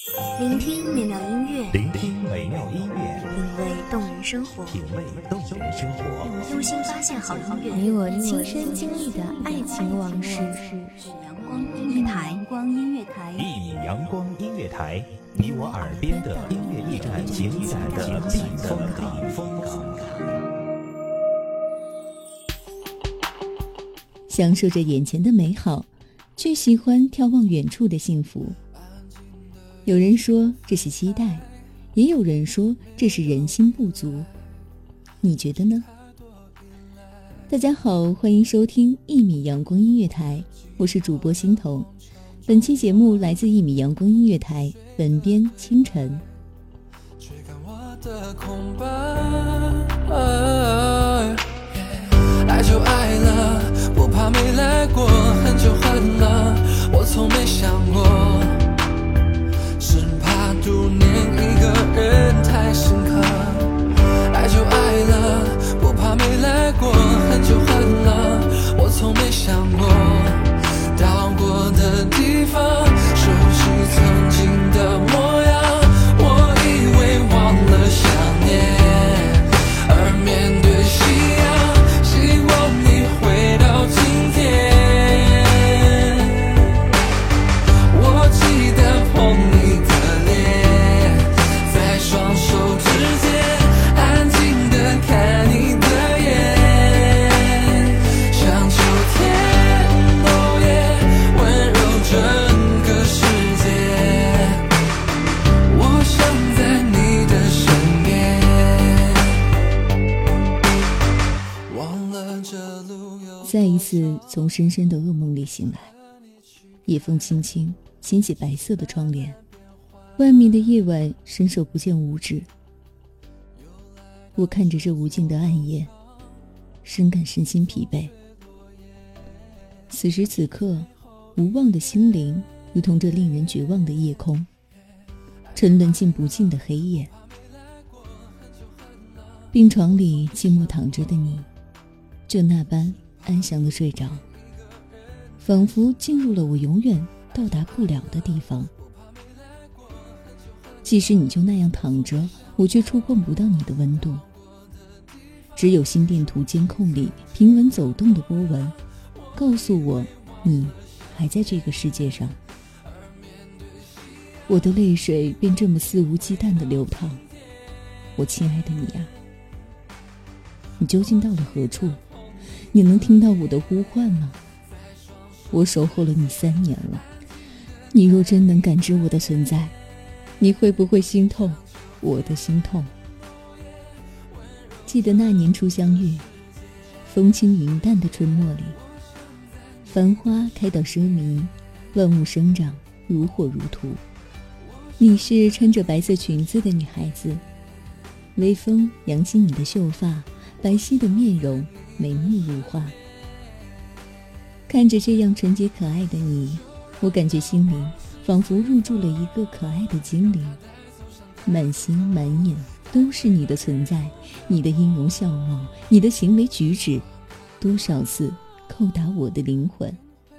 聆听美妙音乐， 聆听美妙音乐， 品味动人生活，用心发现好音乐， 你我亲身经历的爱情往事。 阳光音乐台， 一米阳光音乐台，你我耳边的音乐驿站，情感的避风港。 享受着眼前的美好，却喜欢眺望远处的幸福。有人说这是期待，也有人说这是人心不足，你觉得呢？大家好，欢迎收听一米阳光音乐台，我是主播欣桐。本期节目来自一米阳光音乐台，本编清晨。 追赶我的空白，爱就爱了，不怕没来过，恨就恨了，我从没想过，是怕读念一个人太深刻。爱就爱了，不怕没来过，恨就恨了，我从没想过，到过的地方，熟悉曾经的模样，我以为忘了想念，而面对夕阳，希望你回到今天。我记得碰你的脸，在双手之间安静地看你的眼，像秋天落叶温柔整个世界，我想在你的身边，忘了这路有再一次从深深的噩梦里醒来，夜风轻轻掀起白色的窗帘，外面的夜晚伸手不见五指。我看着这无尽的暗夜，深感身心疲惫。此时此刻，无望的心灵如同这令人绝望的夜空，沉沦进不尽的黑夜。病床里寂寞躺着的你，就那般安详地睡着，仿佛进入了我永远到达不了的地方。即使你就那样躺着，我却触碰不到你的温度。只有心电图监控里平稳走动的波纹，告诉我你还在这个世界上。我的泪水便这么肆无忌惮地流淌。我亲爱的你啊，你究竟到了何处？你能听到我的呼唤吗？我守候了你3年了，你若真能感知我的存在，你会不会心痛我的心痛？记得那年初相遇，风轻云淡的春末里，繁花开到奢靡，万物生长如火如荼。你是穿着白色裙子的女孩子，微风扬起你的秀发，白皙的面容，眉目如画。看着这样纯洁可爱的你，我感觉心灵仿佛入住了一个可爱的精灵，满心满眼都是你的存在，你的音容笑貌，你的行为举止，多少次扣打我的灵魂。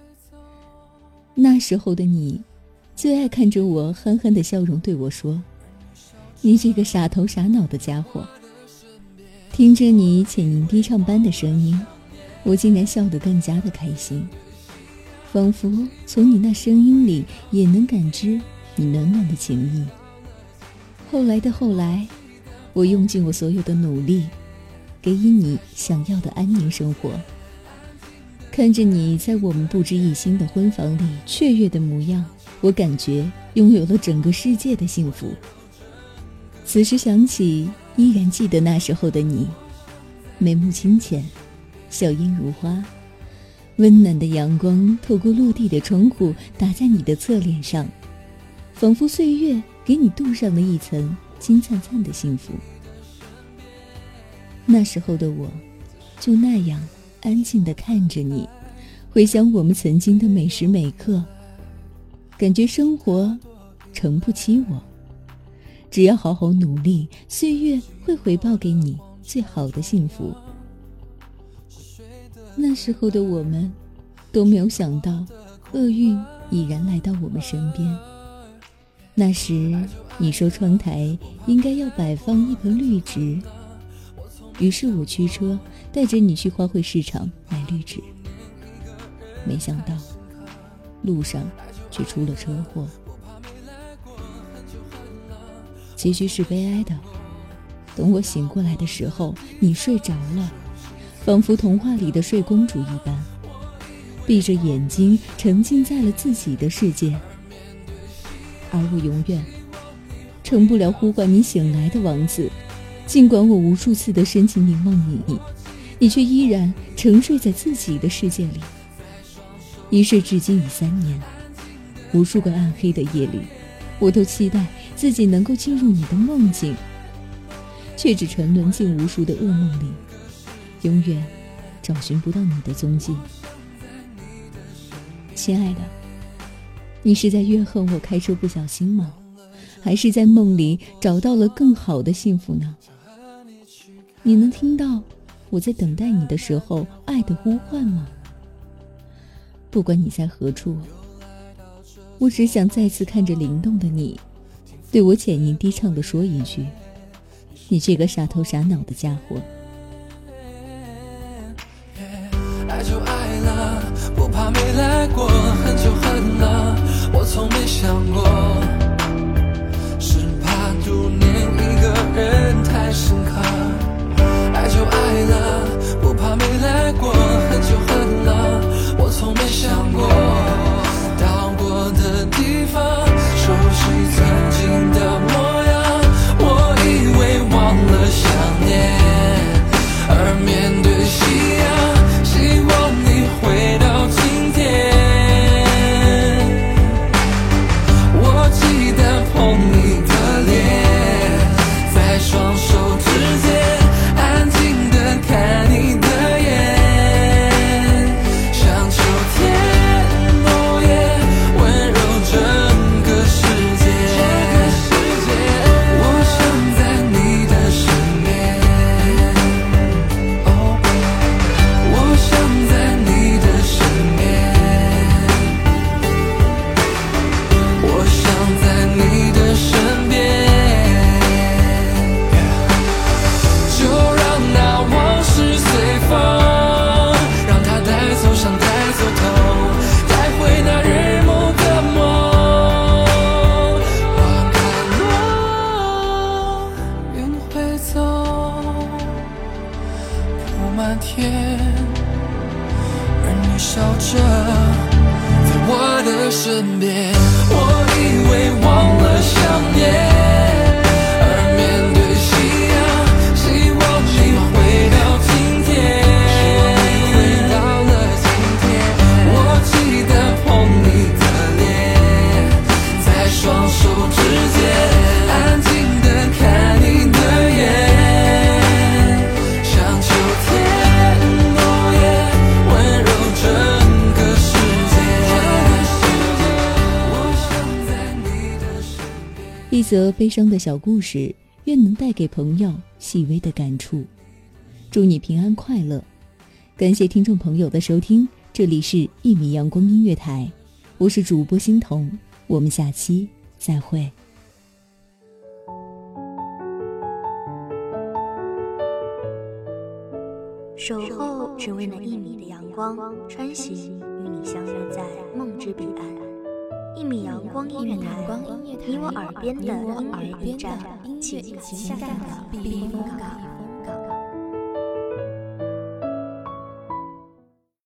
那时候的你，最爱看着我憨憨的笑容对我说：“你这个傻头傻脑的家伙。”听着你浅吟低唱般的声音，我竟然笑得更加的开心，仿佛从你那声音里也能感知你暖暖的情意。后来的后来，我用尽我所有的努力，给予你想要的安宁生活。看着你在我们不知一心的婚房里雀跃的模样，我感觉拥有了整个世界的幸福。此时想起，依然记得那时候的你，眉目清浅，笑靥如花，温暖的阳光透过落地的窗户打在你的侧脸上，仿佛岁月给你镀上了一层金灿灿的幸福。那时候的我，就那样安静地看着你，回想我们曾经的每时每刻，感觉生活诚不欺我，只要好好努力，岁月会回报给你最好的幸福。那时候的我们都没有想到，厄运已然来到我们身边。 那时你说窗台应该要摆放一盆绿植，于是我驱车带着你去花卉市场买绿植，没想到路上却出了车祸，结局是悲哀的。等我醒过来的时候，你睡着了，仿佛童话里的睡公主一般，闭着眼睛沉浸在了自己的世界，而我永远成不了呼唤你醒来的王子。尽管我无数次的深情凝望你，你却依然沉睡在自己的世界里。一睡至今已3年，无数个暗黑的夜里，我都期待自己能够进入你的梦境，却只沉沦进无数的噩梦里，永远找寻不到你的踪迹。亲爱的，你是在怨恨我开车不小心吗？还是在梦里找到了更好的幸福呢？你能听到我在等待你的时候爱的呼唤吗？不管你在何处，我只想再次看着灵动的你，对我浅吟低唱地说一句：你这个傻头傻脑的家伙。 爱就爱了，不怕没来过，恨就恨了，我从没想过，是怕读念一个人太深刻。爱就爱了，不怕没来过，恨就恨了，我从没想过，到过的地方，熟悉曾经的模样，我以为忘了想念，而面对夕阳，希望你回到今天。我记得碰你的脸，在双手之间安静地看你的眼，像秋天落叶温柔整个世界。我想在你的身边，我想在你的身边，我想在你的身边。就让那往事随风，让它带走伤，带走痛，带回那日暮的梦。花开落，云会走，铺满天，而你笑着在我的身边。我以为忘了想念，而面对夕阳，希望你回到今天。回到了今天，我记得碰你的脸，在双手之间安静地看你的眼，像秋天落叶温柔整个世界。我想在你的身边。 一则悲伤的小故事，愿能带给朋友细微的感触。祝你平安快乐。感谢听众朋友的收听，这里是1米阳光音乐台，我是主播欣桐，我们下期再会。 守候只为那1米的阳光，穿行与你相约在梦之彼岸。1米阳光音乐台，你我耳边的音乐驿站，情感的避风港。